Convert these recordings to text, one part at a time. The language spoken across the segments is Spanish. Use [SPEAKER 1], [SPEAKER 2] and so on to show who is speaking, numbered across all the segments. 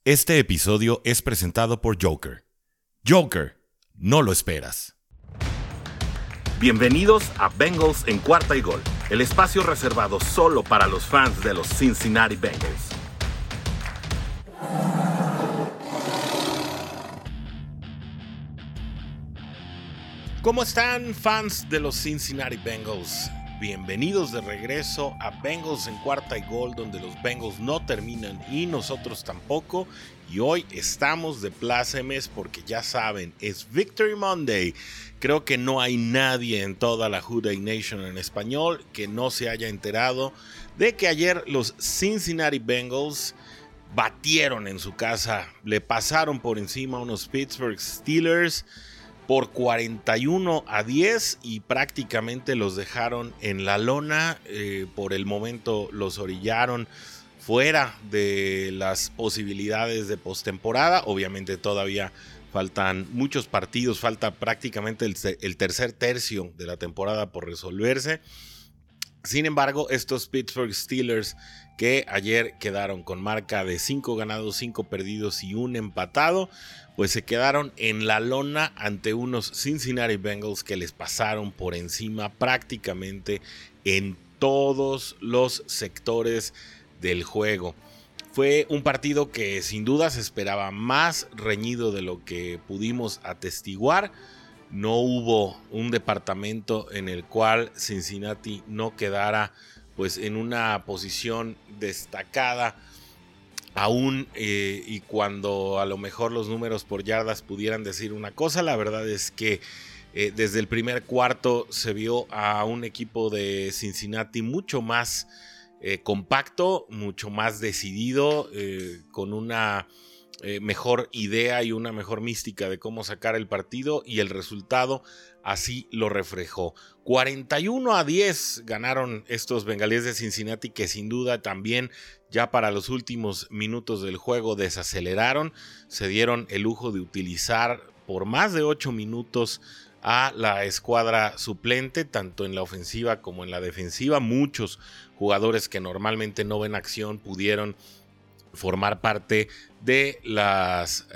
[SPEAKER 1] Este episodio es presentado por Joker. Joker, no lo esperas.
[SPEAKER 2] Bienvenidos a Bengals en Cuarta y Gol, el espacio reservado solo para los fans de los Cincinnati Bengals.
[SPEAKER 3] ¿Cómo están, fans de los Cincinnati Bengals? Bienvenidos de regreso a Bengals en Cuarta y Gol, donde los Bengals no terminan y nosotros tampoco. Y hoy estamos de plácemes porque ya saben, es Victory Monday. Creo que no hay nadie en toda la Houday Nation en español que no se haya enterado de que ayer los Cincinnati Bengals batieron en su casa, le pasaron por encima a unos Pittsburgh Steelers por 41-10 y prácticamente los dejaron en la lona. Por el momento los orillaron fuera de las posibilidades de postemporada. Obviamente todavía faltan muchos partidos, falta prácticamente el tercer tercio de la temporada por resolverse. Sin embargo, estos Pittsburgh Steelers, que ayer quedaron con marca de 5 ganados, 5 perdidos y 1 empatado, pues se quedaron en la lona ante unos Cincinnati Bengals que les pasaron por encima prácticamente en todos los sectores del juego. Fue un partido que sin duda se esperaba más reñido de lo que pudimos atestiguar. No hubo un departamento en el cual Cincinnati no quedara pues en una posición destacada aún, y cuando a lo mejor los números por yardas pudieran decir una cosa, la verdad es que desde el primer cuarto se vio a un equipo de Cincinnati mucho más compacto, mucho más decidido, con una mejor idea y una mejor mística de cómo sacar el partido, y el resultado así lo reflejó. 41-10 ganaron estos bengalíes de Cincinnati, que sin duda también ya para los últimos minutos del juego desaceleraron, se dieron el lujo de utilizar por más de 8 minutos a la escuadra suplente, tanto en la ofensiva como en la defensiva. Muchos jugadores que normalmente no ven acción pudieron formar parte de las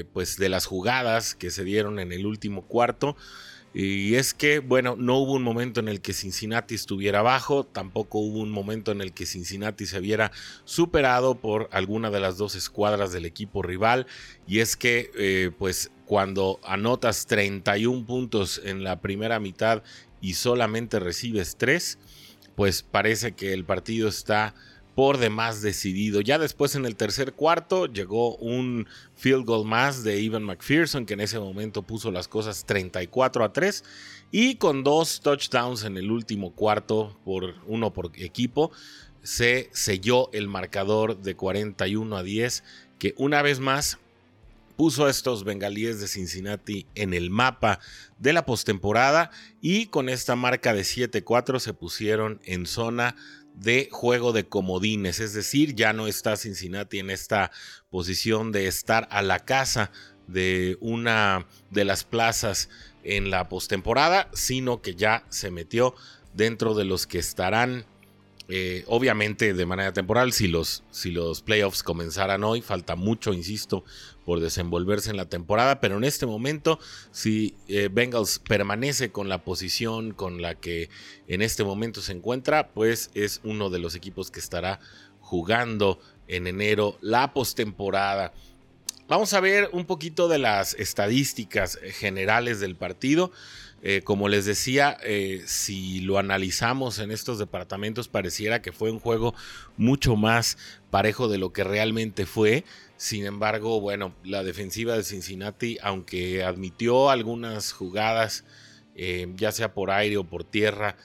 [SPEAKER 3] jugadas que se dieron en el último cuarto. Y es que, bueno, no hubo un momento en el que Cincinnati estuviera abajo, tampoco hubo un momento en el que Cincinnati se viera superado por alguna de las dos escuadras del equipo rival. Y es que, cuando anotas 31 puntos en la primera mitad y solamente recibes 3, pues parece que el partido está por demás decidido. Ya después, en el tercer cuarto, llegó un field goal más de Evan McPherson, que en ese momento puso las cosas 34-3, y con 2 touchdowns en el último cuarto, uno por equipo, se selló el marcador de 41-10, que una vez más puso a estos bengalíes de Cincinnati en el mapa de la postemporada, y con esta marca de 7-4 se pusieron en zona de juego de comodines. Es decir, ya no está Cincinnati en esta posición de estar a la casa de una de las plazas en la postemporada, sino que ya se metió dentro de los que estarán, obviamente de manera temporal, si los playoffs comenzaran hoy. Falta mucho, insisto, por desenvolverse en la temporada, pero en este momento, si Bengals permanece con la posición con la que en este momento se encuentra, pues es uno de los equipos que estará jugando en enero la postemporada. Vamos a ver un poquito de las estadísticas generales del partido. Como les decía, si lo analizamos en estos departamentos, pareciera que fue un juego mucho más parejo de lo que realmente fue. Sin embargo, bueno, la defensiva de Cincinnati, aunque admitió algunas jugadas, ya sea por aire o por tierra,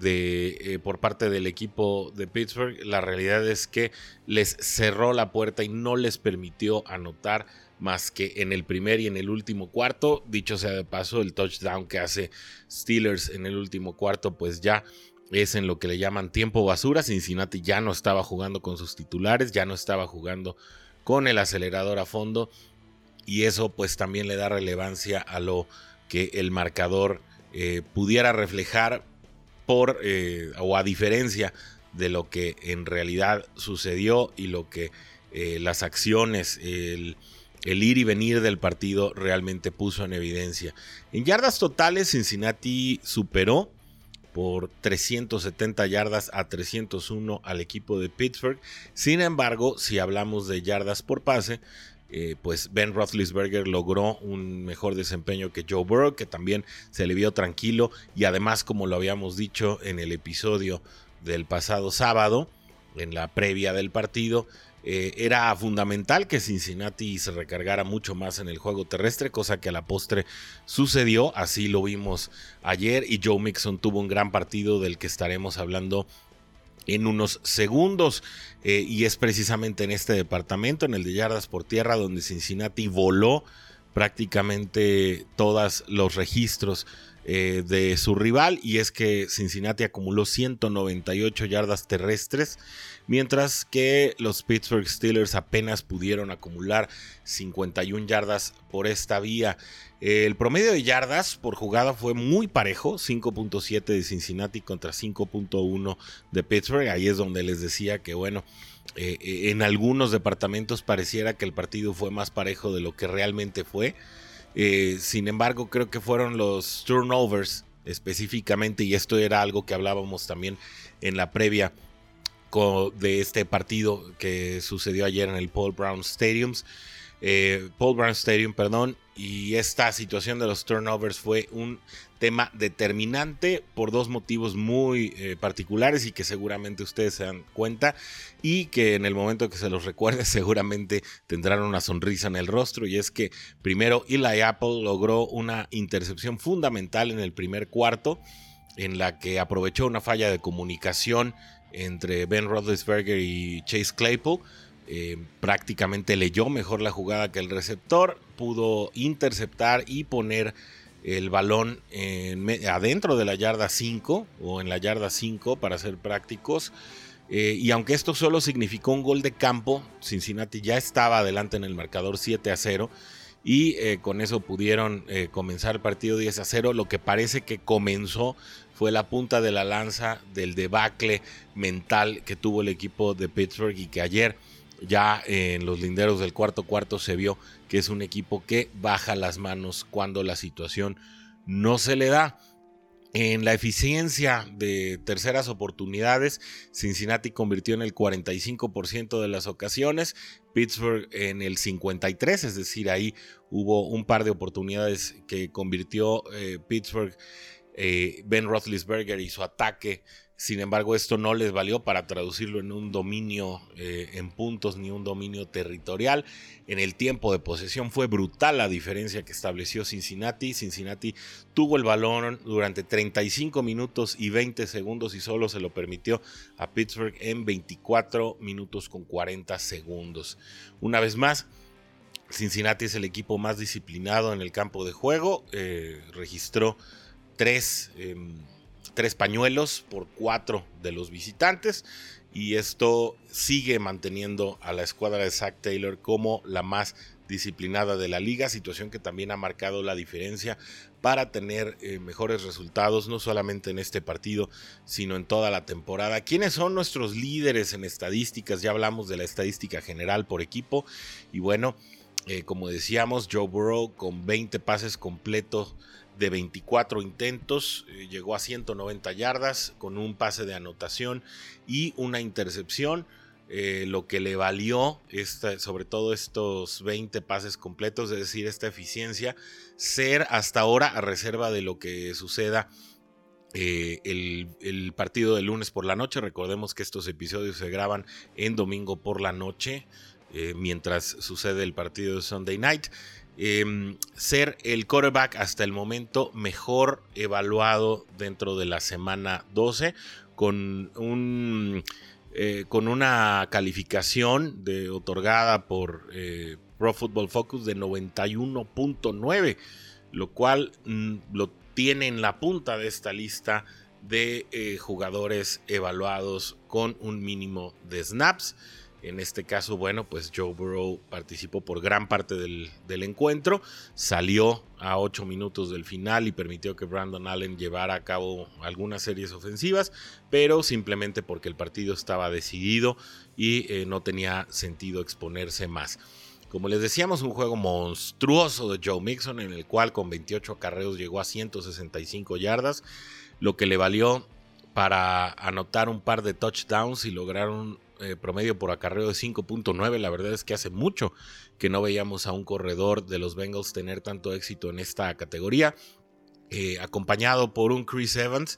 [SPEAKER 3] por parte del equipo de Pittsburgh, la realidad es que les cerró la puerta y no les permitió anotar más que en el primer y en el último cuarto. Dicho sea de paso, el touchdown que hace Steelers en el último cuarto, pues ya es en lo que le llaman tiempo basura. Cincinnati ya no estaba jugando con sus titulares, ya no estaba jugando con el acelerador a fondo, y eso pues también le da relevancia a lo que el marcador pudiera reflejar, o a diferencia de lo que en realidad sucedió y lo que las acciones, el ir y venir del partido realmente puso en evidencia. En yardas totales, Cincinnati superó por 370 yardas a 301 al equipo de Pittsburgh. Sin embargo, si hablamos de yardas por pase, pues Ben Roethlisberger logró un mejor desempeño que Joe Burrow, que también se le vio tranquilo, y además, como lo habíamos dicho en el episodio del pasado sábado, en la previa del partido, era fundamental que Cincinnati se recargara mucho más en el juego terrestre, cosa que a la postre sucedió. Así lo vimos ayer, y Joe Mixon tuvo un gran partido del que estaremos hablando en unos segundos, y es precisamente en este departamento, en el de yardas por tierra, donde Cincinnati voló prácticamente todos los registros de su rival, y es que Cincinnati acumuló 198 yardas terrestres, mientras que los Pittsburgh Steelers apenas pudieron acumular 51 yardas por esta vía. El promedio de yardas por jugada fue muy parejo, 5.7 de Cincinnati contra 5.1 de Pittsburgh. Ahí es donde les decía que bueno, en algunos departamentos pareciera que el partido fue más parejo de lo que realmente fue. Sin embargo, creo que fueron los turnovers específicamente, y esto era algo que hablábamos también en la previa de este partido que sucedió ayer en el Paul Brown Stadium, y esta situación de los turnovers fue un tema determinante por dos motivos muy particulares, y que seguramente ustedes se dan cuenta, y que en el momento que se los recuerde seguramente tendrán una sonrisa en el rostro. Y es que primero, Eli Apple logró una intercepción fundamental en el primer cuarto, en la que aprovechó una falla de comunicación entre Ben Roethlisberger y Chase Claypool. Prácticamente leyó mejor la jugada que el receptor, pudo interceptar y poner el balón adentro de la yarda 5, o en la yarda 5 para ser prácticos, y aunque esto solo significó un gol de campo, Cincinnati ya estaba adelante en el marcador 7-0, y con eso pudieron comenzar el partido 10-0. Lo que parece que comenzó fue la punta de la lanza del debacle mental que tuvo el equipo de Pittsburgh, y que ayer ya en los linderos del cuarto se vio que es un equipo que baja las manos cuando la situación no se le da. En la eficiencia de terceras oportunidades, Cincinnati convirtió en el 45% de las ocasiones, Pittsburgh en el 53%, es decir, ahí hubo un par de oportunidades que convirtió Pittsburgh, Ben Roethlisberger y su ataque. Sin embargo, esto no les valió para traducirlo en un dominio en puntos ni un dominio territorial. En el tiempo de posesión fue brutal la diferencia que estableció Cincinnati. Cincinnati tuvo el balón durante 35 minutos y 20 segundos y solo se lo permitió a Pittsburgh en 24 minutos con 40 segundos. Una vez más, Cincinnati es el equipo más disciplinado en el campo de juego. Registró 3 pañuelos por 4 de los visitantes, y esto sigue manteniendo a la escuadra de Zac Taylor como la más disciplinada de la liga, situación que también ha marcado la diferencia para tener mejores resultados, no solamente en este partido, sino en toda la temporada. ¿Quiénes son nuestros líderes en estadísticas? Ya hablamos de la estadística general por equipo, y bueno, como decíamos, Joe Burrow con 20 pases completos de 24 intentos, llegó a 190 yardas con un pase de anotación y una intercepción, lo que le valió sobre todo estos 20 pases completos, es decir, esta eficiencia, ser hasta ahora, a reserva de lo que suceda el partido del lunes por la noche. Recordemos que estos episodios se graban en domingo por la noche, mientras sucede el partido de Sunday Night. Ser el quarterback hasta el momento mejor evaluado dentro de la semana 12, con una calificación otorgada por Pro Football Focus de 91.9, lo cual lo tiene en la punta de esta lista de jugadores evaluados con un mínimo de snaps. En este caso, bueno, pues Joe Burrow participó por gran parte del encuentro, salió a 8 minutos del final y permitió que Brandon Allen llevara a cabo algunas series ofensivas, pero simplemente porque el partido estaba decidido y no tenía sentido exponerse más. Como les decíamos, un juego monstruoso de Joe Mixon, en el cual con 28 acarreos llegó a 165 yardas, lo que le valió para anotar un par de touchdowns y lograr un promedio por acarreo de 5.9. La verdad es que hace mucho que no veíamos a un corredor de los Bengals tener tanto éxito en esta categoría, acompañado por un Chris Evans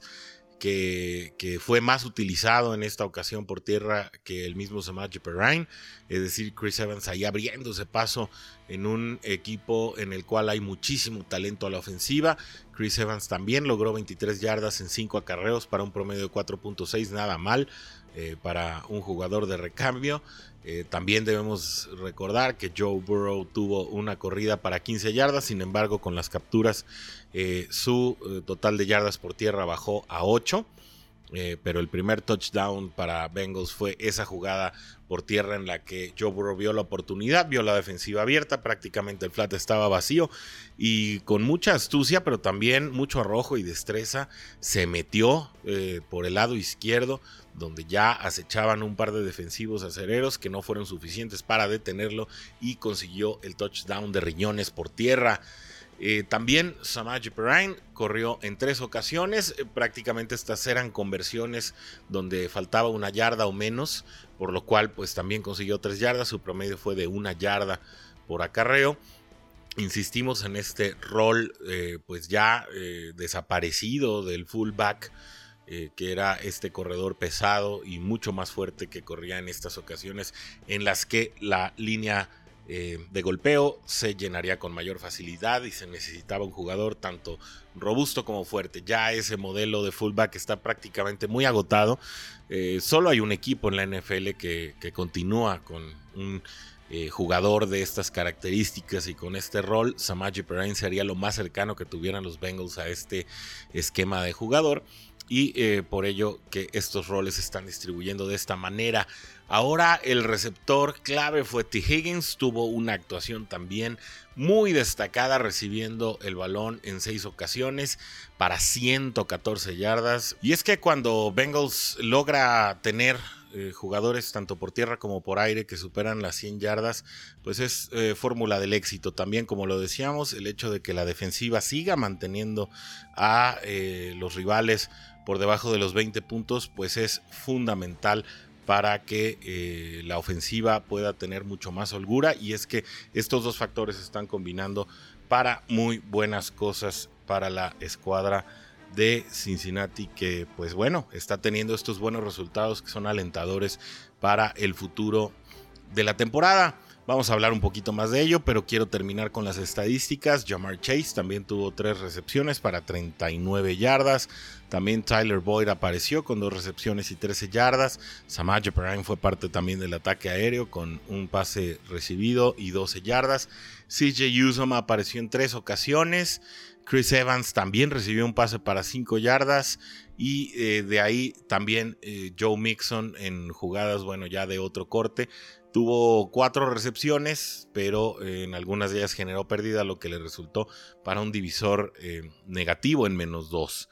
[SPEAKER 3] que fue más utilizado en esta ocasión por tierra que el mismo Samaje Perine. Es decir, Chris Evans ahí abriéndose paso en un equipo en el cual hay muchísimo talento a la ofensiva. Chris Evans también logró 23 yardas en 5 acarreos para un promedio de 4.6, nada mal para un jugador de recambio. También debemos recordar que Joe Burrow tuvo una corrida para 15 yardas, sin embargo con las capturas su total de yardas por tierra bajó a 8. Pero el primer touchdown para Bengals fue esa jugada por tierra en la que Joe Burrow vio la oportunidad, vio la defensiva abierta, prácticamente el flat estaba vacío y con mucha astucia, pero también mucho arrojo y destreza, se metió por el lado izquierdo, donde ya acechaban un par de defensivos acereros que no fueron suficientes para detenerlo y consiguió el touchdown de riñones por tierra. También Samaje Perine corrió en 3 ocasiones, prácticamente estas eran conversiones donde faltaba 1 yarda o menos, por lo cual pues también consiguió 3 yardas, su promedio fue de 1 yarda por acarreo. Insistimos en este rol pues ya desaparecido del fullback, que era este corredor pesado y mucho más fuerte que corría en estas ocasiones en las que la línea de golpeo se llenaría con mayor facilidad y se necesitaba un jugador tanto robusto como fuerte. Ya ese modelo de fullback está prácticamente muy agotado. Solo hay un equipo en la NFL que continúa con un jugador de estas características y con este rol. Samaje Perine sería lo más cercano que tuvieran los Bengals a este esquema de jugador y por ello que estos roles se están distribuyendo de esta manera. Ahora el receptor clave fue Tee Higgins, tuvo una actuación también muy destacada recibiendo el balón en 6 ocasiones para 114 yardas. Y es que cuando Bengals logra tener jugadores tanto por tierra como por aire que superan las 100 yardas, pues es fórmula del éxito. También, como lo decíamos, el hecho de que la defensiva siga manteniendo a los rivales por debajo de los 20 puntos, pues es fundamental para que la ofensiva pueda tener mucho más holgura, y es que estos dos factores están combinando para muy buenas cosas para la escuadra de Cincinnati, que pues bueno, está teniendo estos buenos resultados que son alentadores para el futuro de la temporada. Vamos a hablar un poquito más de ello, pero quiero terminar con las estadísticas. Ja'Marr Chase también tuvo 3 recepciones para 39 yardas. También Tyler Boyd apareció con 2 recepciones y 13 yardas. Samaje Perine fue parte también del ataque aéreo con un pase recibido y 12 yardas. CJ Uzomah apareció en 3 ocasiones. Chris Evans también recibió un pase para 5 yardas. Y de ahí también Joe Mixon en jugadas, bueno, ya de otro corte. Tuvo 4 recepciones, pero en algunas de ellas generó pérdida, lo que le resultó para un divisor negativo en -2.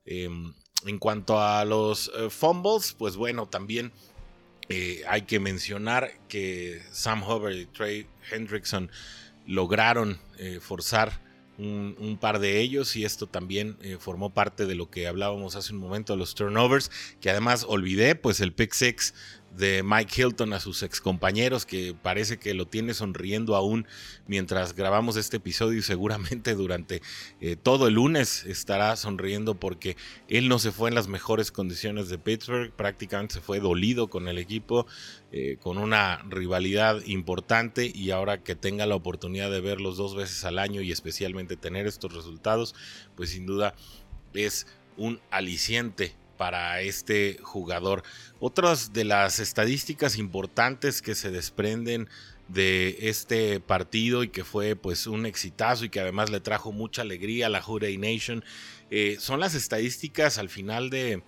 [SPEAKER 3] En cuanto a los fumbles, pues bueno, también hay que mencionar que Sam Hubbard y Trey Hendrickson lograron forzar un par de ellos, y esto también formó parte de lo que hablábamos hace un momento, de los turnovers, que además olvidé, pues el pick six de Mike Hilton a sus excompañeros, que parece que lo tiene sonriendo aún mientras grabamos este episodio, y seguramente durante todo el lunes estará sonriendo, porque él no se fue en las mejores condiciones de Pittsburgh, prácticamente se fue dolido con el equipo, con una rivalidad importante, y ahora que tenga la oportunidad de verlos 2 veces al año y especialmente tener estos resultados, pues sin duda es un aliciente para este jugador. Otras de las estadísticas importantes que se desprenden de este partido, y que fue pues un exitazo y que además le trajo mucha alegría a la Houday Nation, son las estadísticas al final de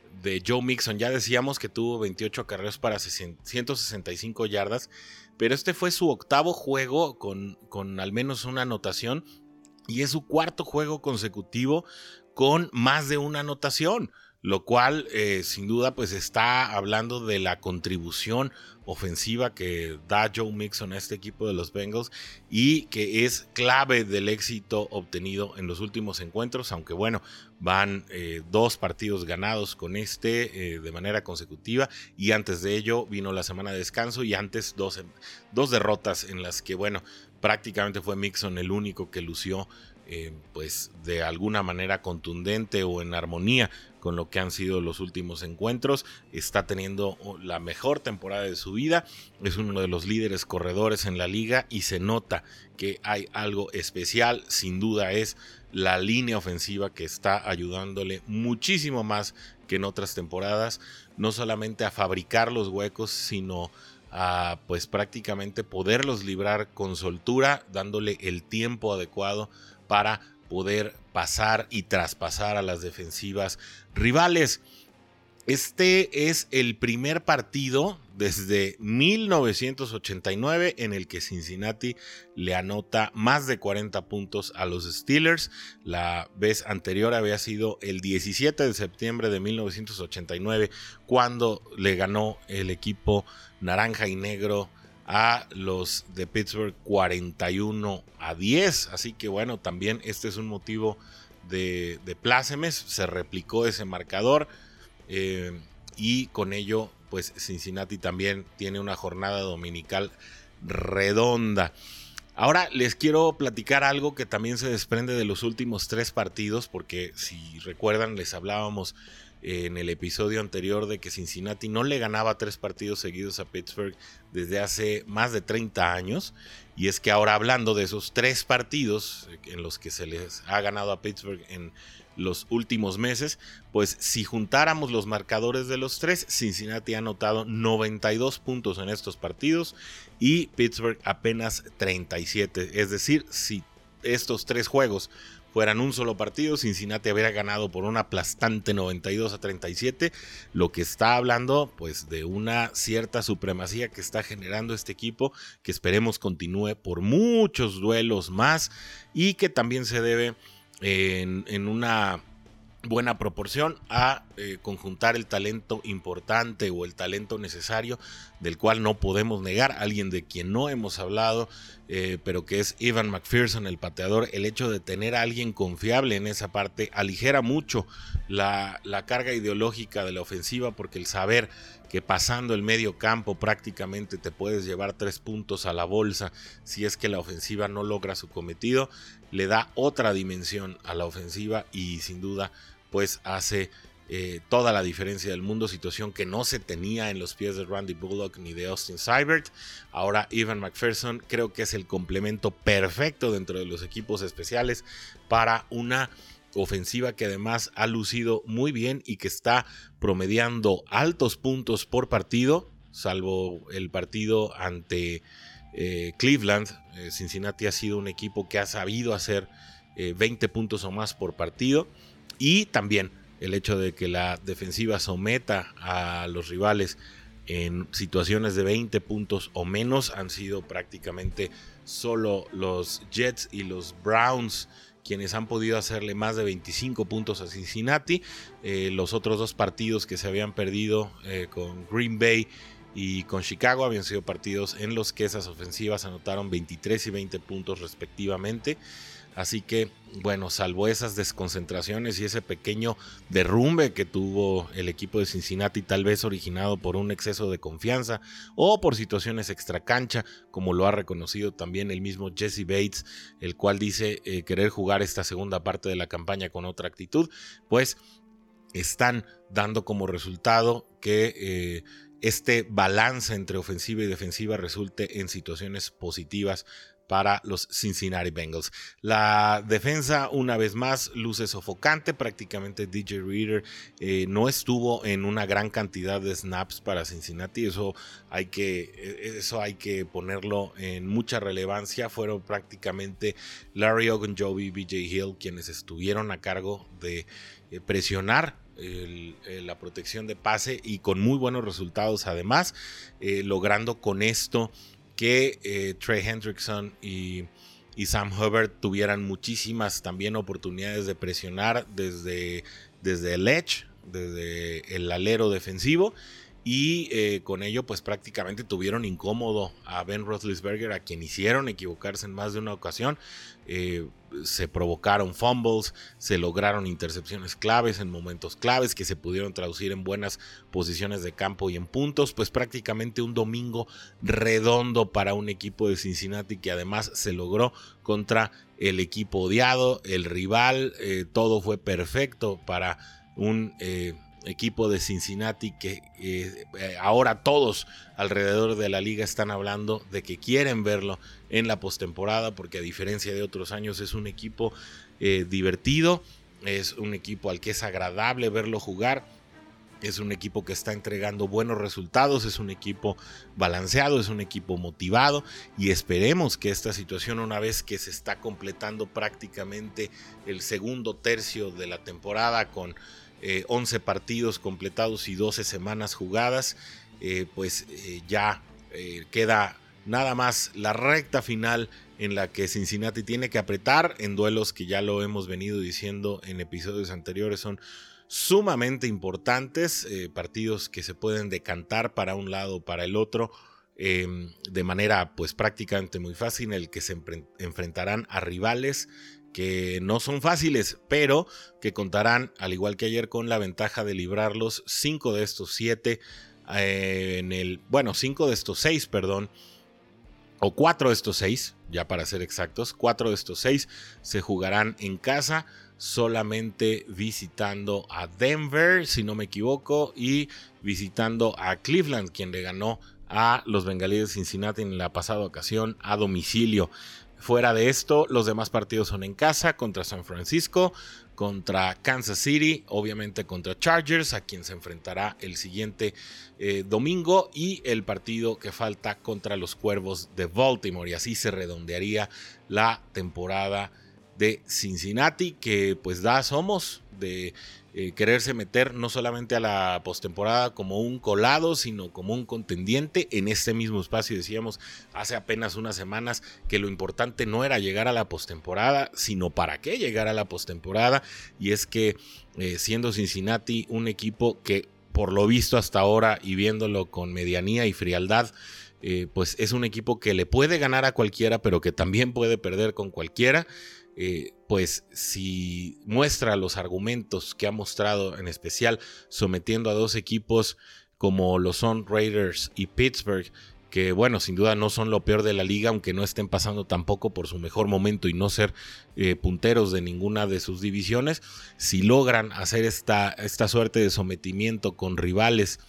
[SPEAKER 3] Joe Mixon. Ya decíamos que tuvo 28 acarreos para 165 yardas, pero este fue su octavo juego con al menos una anotación y es su cuarto juego consecutivo con más de una anotación, lo cual sin duda pues está hablando de la contribución ofensiva que da Joe Mixon a este equipo de los Bengals y que es clave del éxito obtenido en los últimos encuentros, aunque bueno, van 2 partidos ganados con de manera consecutiva, y antes de ello vino la semana de descanso y antes dos derrotas en las que bueno, prácticamente fue Mixon el único que lució pues de alguna manera contundente o en armonía con lo que han sido los últimos encuentros. Está teniendo la mejor temporada de su vida, es uno de los líderes corredores en la liga y se nota que hay algo especial. Sin duda es la línea ofensiva que está ayudándole muchísimo más que en otras temporadas, no solamente a fabricar los huecos, sino a pues prácticamente poderlos librar con soltura, dándole el tiempo adecuado para poder pasar y traspasar a las defensivas rivales. Este es el primer partido desde 1989 en el que Cincinnati le anota más de 40 puntos a los Steelers. La vez anterior había sido el 17 de septiembre de 1989, cuando le ganó el equipo naranja y negro a los de Pittsburgh 41-10. Así que bueno, también este es un motivo de plácemes. Se replicó ese marcador y con ello pues Cincinnati también tiene una jornada dominical redonda. Ahora les quiero platicar algo que también se desprende de los últimos 3 partidos, porque si recuerdan les hablábamos en el episodio anterior de que Cincinnati no le ganaba 3 partidos seguidos a Pittsburgh desde hace más de 30 años, y es que ahora, hablando de esos 3 partidos en los que se les ha ganado a Pittsburgh en los últimos meses, pues si juntáramos los marcadores de los 3, Cincinnati ha anotado 92 puntos en estos partidos y Pittsburgh apenas 37, es decir, si estos 3 juegos fueran un solo partido, Cincinnati habría ganado por un aplastante 92-37, lo que está hablando pues de una cierta supremacía que está generando este equipo, que esperemos continúe por muchos duelos más y que también se debe en una buena proporción a conjuntar el talento importante o el talento necesario, del cual no podemos negar, alguien de quien no hemos hablado, pero que es Evan McPherson, el pateador. El hecho de tener a alguien confiable en esa parte aligera mucho la carga ideológica de la ofensiva, porque el saber que pasando el medio campo prácticamente te puedes llevar 3 puntos a la bolsa si es que la ofensiva no logra su cometido, le da otra dimensión a la ofensiva y sin duda pues hace toda la diferencia del mundo, situación que no se tenía en los pies de Randy Bullock ni de Austin Seibert. Ahora Evan McPherson creo que es el complemento perfecto dentro de los equipos especiales para una ofensiva que además ha lucido muy bien y que está promediando altos puntos por partido, salvo el partido ante Cleveland. Cincinnati ha sido un equipo que ha sabido hacer 20 puntos o más por partido, y también el hecho de que la defensiva someta a los rivales en situaciones de 20 puntos o menos han sido prácticamente solo los Jets y los Browns quienes han podido hacerle más de 25 puntos a Cincinnati. Los otros 2 partidos que se habían perdido con Green Bay y con Chicago habían sido partidos en los que esas ofensivas anotaron 23 y 20 puntos respectivamente. Así que, bueno, salvo esas desconcentraciones y ese pequeño derrumbe que tuvo el equipo de Cincinnati, tal vez originado por un exceso de confianza o por situaciones extracancha, como lo ha reconocido también el mismo Jesse Bates, el cual dice querer jugar esta segunda parte de la campaña con otra actitud, pues están dando como resultado que este balance entre ofensiva y defensiva resulte en situaciones positivas para los Cincinnati Bengals. La defensa una vez más luce sofocante, prácticamente DJ Reader no estuvo en una gran cantidad de snaps para Cincinnati, eso hay que ponerlo en mucha relevancia. Fueron prácticamente Larry Ogunjobi y BJ Hill quienes estuvieron a cargo de presionar la protección de pase y con muy buenos resultados además, logrando con esto que Trey Hendrickson y Sam Hubbard tuvieran muchísimas también oportunidades de presionar desde el edge, desde el alero defensivo, y con ello pues prácticamente tuvieron incómodo a Ben Roethlisberger, a quien hicieron equivocarse en más de una ocasión. Se provocaron fumbles, se lograron intercepciones claves en momentos claves que se pudieron traducir en buenas posiciones de campo y en puntos. Pues prácticamente un domingo redondo para un equipo de Cincinnati que además se logró contra el equipo odiado, el rival. Todo fue perfecto para un equipo de Cincinnati que ahora todos alrededor de la liga están hablando de que quieren verlo en la postemporada, porque a diferencia de otros años es un equipo divertido, es un equipo al que es agradable verlo jugar, es un equipo que está entregando buenos resultados, es un equipo balanceado, es un equipo motivado, y esperemos que esta situación, una vez que se está completando prácticamente el segundo tercio de la temporada con 11 partidos completados y 12 semanas jugadas, ya queda nada más la recta final en la que Cincinnati tiene que apretar en duelos que ya lo hemos venido diciendo en episodios anteriores, son sumamente importantes, partidos que se pueden decantar para un lado o para el otro de manera pues prácticamente muy fácil, en el que se enfrentarán a rivales que no son fáciles, pero que contarán, al igual que ayer, con la ventaja de librarlos 5 de estos 7, 5 de estos 6, perdón, o 4 de estos 6, ya para ser exactos, 4 de estos 6 se jugarán en casa, solamente visitando a Denver, si no me equivoco, y visitando a Cleveland, quien le ganó a los Bengalíes de Cincinnati en la pasada ocasión a domicilio. Fuera de esto, los demás partidos son en casa, contra San Francisco, contra Kansas City, obviamente contra Chargers, a quien se enfrentará el siguiente domingo, y el partido que falta contra los Cuervos de Baltimore, y así se redondearía la temporada de Cincinnati, que pues da asomos de quererse meter no solamente a la postemporada como un colado, sino como un contendiente. En este mismo espacio decíamos hace apenas unas semanas que lo importante no era llegar a la postemporada, sino para qué llegar a la postemporada, y es que siendo Cincinnati un equipo que por lo visto hasta ahora, y viéndolo con medianía y frialdad, pues es un equipo que le puede ganar a cualquiera, pero que también puede perder con cualquiera. Pues si muestra los argumentos que ha mostrado, en especial sometiendo a dos equipos como lo son Raiders y Pittsburgh, que bueno, sin duda no son lo peor de la liga, aunque no estén pasando tampoco por su mejor momento y no ser punteros de ninguna de sus divisiones, si logran hacer esta suerte de sometimiento con rivales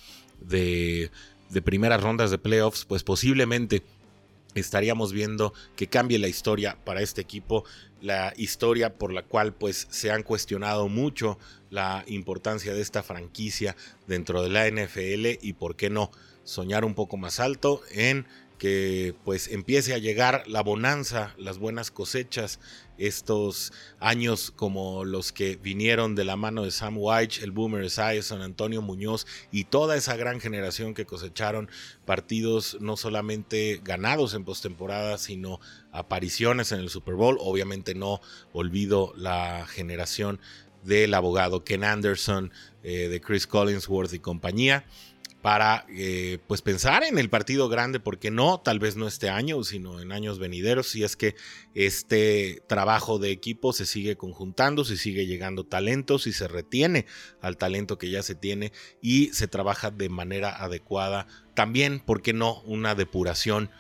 [SPEAKER 3] de primeras rondas de playoffs, pues posiblemente estaríamos viendo que cambie la historia para este equipo, la historia por la cual pues se han cuestionado mucho la importancia de esta franquicia dentro de la NFL, y por qué no soñar un poco más alto en que pues empiece a llegar la bonanza, las buenas cosechas, estos años como los que vinieron de la mano de Sam White, el Boomer Esiason, Antonio Muñoz y toda esa gran generación que cosecharon partidos no solamente ganados en postemporada, sino apariciones en el Super Bowl. Obviamente no olvido la generación del abogado Ken Anderson, de Chris Collinsworth y compañía, para pues pensar en el partido grande, porque no, tal vez no este año, sino en años venideros, si es que este trabajo de equipo se sigue conjuntando, si sigue llegando talento, si se retiene al talento que ya se tiene y se trabaja de manera adecuada. También, ¿por qué no?, una depuración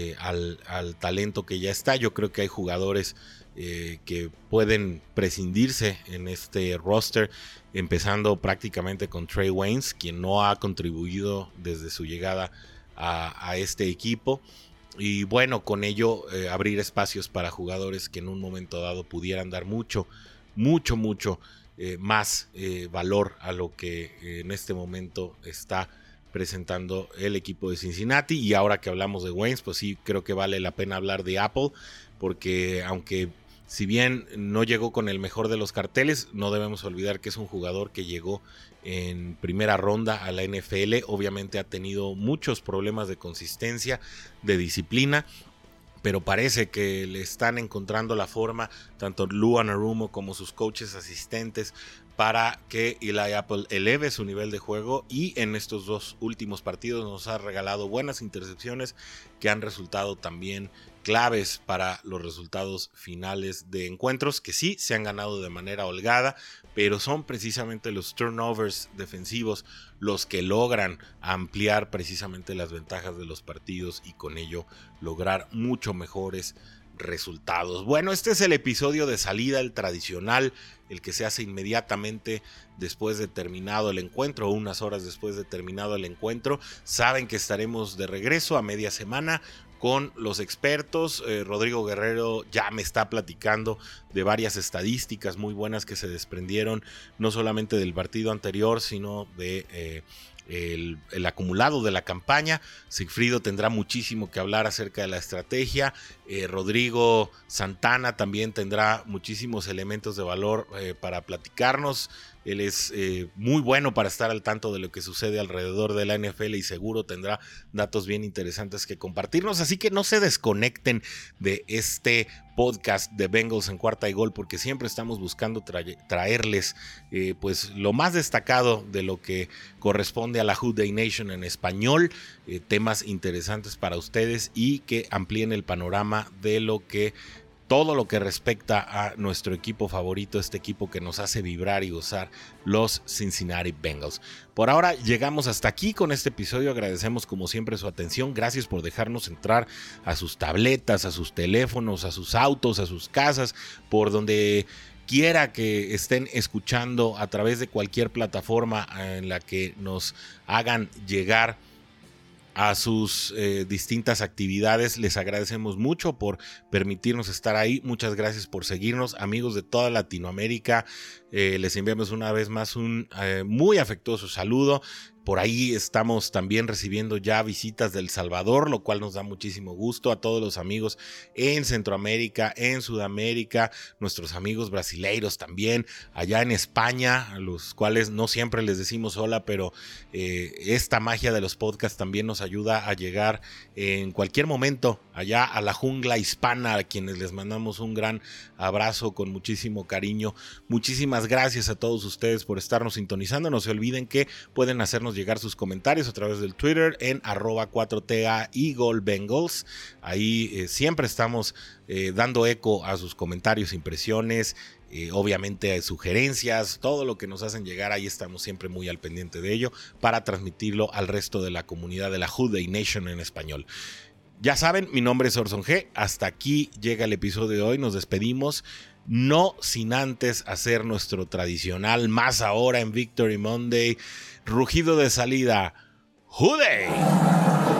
[SPEAKER 3] al talento que ya está. Yo creo que hay jugadores que pueden prescindirse en este roster, empezando prácticamente con Trey Waynes, quien no ha contribuido desde su llegada a este equipo. y bueno, con ello abrir espacios para jugadores que en un momento dado pudieran dar mucho más valor a lo que en este momento está presentando el equipo de Cincinnati. Y ahora que hablamos de Wentz, pues sí, creo que vale la pena hablar de Apple, porque aunque si bien no llegó con el mejor de los carteles, no debemos olvidar que es un jugador que llegó en primera ronda a la NFL. Obviamente ha tenido muchos problemas de consistencia, de disciplina, pero parece que le están encontrando la forma, tanto Lou Anarumo como sus coaches asistentes, para que Eli Apple eleve su nivel de juego, y en estos 2 últimos partidos nos ha regalado buenas intercepciones que han resultado también claves para los resultados finales de encuentros que sí se han ganado de manera holgada, pero son precisamente los turnovers defensivos los que logran ampliar precisamente las ventajas de los partidos y con ello lograr mucho mejores resultados. Bueno, este es el episodio de salida, el tradicional, el que se hace inmediatamente después de terminado el encuentro, o unas horas después de terminado el encuentro. Saben que estaremos de regreso a media semana con los expertos. Rodrigo Guerrero ya me está platicando de varias estadísticas muy buenas que se desprendieron no solamente del partido anterior, sino de el acumulado de la campaña. Sigfrido tendrá muchísimo que hablar acerca de la estrategia. Rodrigo Santana también tendrá muchísimos elementos de valor para platicarnos. Él es muy bueno para estar al tanto de lo que sucede alrededor de la NFL y seguro tendrá datos bien interesantes que compartirnos. Así que no se desconecten de este podcast de Bengals en Cuarta y Gol, porque siempre estamos buscando traerles pues lo más destacado de lo que corresponde a la Hood Day Nation en español, temas interesantes para ustedes y que amplíen el panorama de todo lo que respecta a nuestro equipo favorito, este equipo que nos hace vibrar y gozar, los Cincinnati Bengals. Por ahora llegamos hasta aquí con este episodio. Agradecemos como siempre su atención. Gracias por dejarnos entrar a sus tabletas, a sus teléfonos, a sus autos, a sus casas, por donde quiera que estén escuchando, a través de cualquier plataforma en la que nos hagan llegar a sus distintas actividades. Les agradecemos mucho por permitirnos estar ahí. Muchas gracias por seguirnos, amigos de toda Latinoamérica. Les enviamos una vez más un muy afectuoso saludo. Por ahí estamos también recibiendo ya visitas de El Salvador, lo cual nos da muchísimo gusto. A todos los amigos en Centroamérica, en Sudamérica, nuestros amigos brasileiros también, allá en España, a los cuales no siempre les decimos hola, pero esta magia de los podcasts también nos ayuda a llegar en cualquier momento allá a la jungla hispana, a quienes les mandamos un gran abrazo con muchísimo cariño. Muchísimas gracias a todos ustedes por estarnos sintonizando. No se olviden que pueden hacernos llegar sus comentarios a través del Twitter en @4TA Eagle Bengals. Ahí siempre estamos dando eco a sus comentarios, impresiones, obviamente sugerencias, todo lo que nos hacen llegar. Ahí estamos siempre muy al pendiente de ello para transmitirlo al resto de la comunidad de la Hood Day Nation en español. Ya saben, mi nombre es Orson G. Hasta aquí llega el episodio de hoy. Nos despedimos, no sin antes hacer nuestro tradicional, más ahora en Victory Monday, rugido de salida. ¡Hood Day!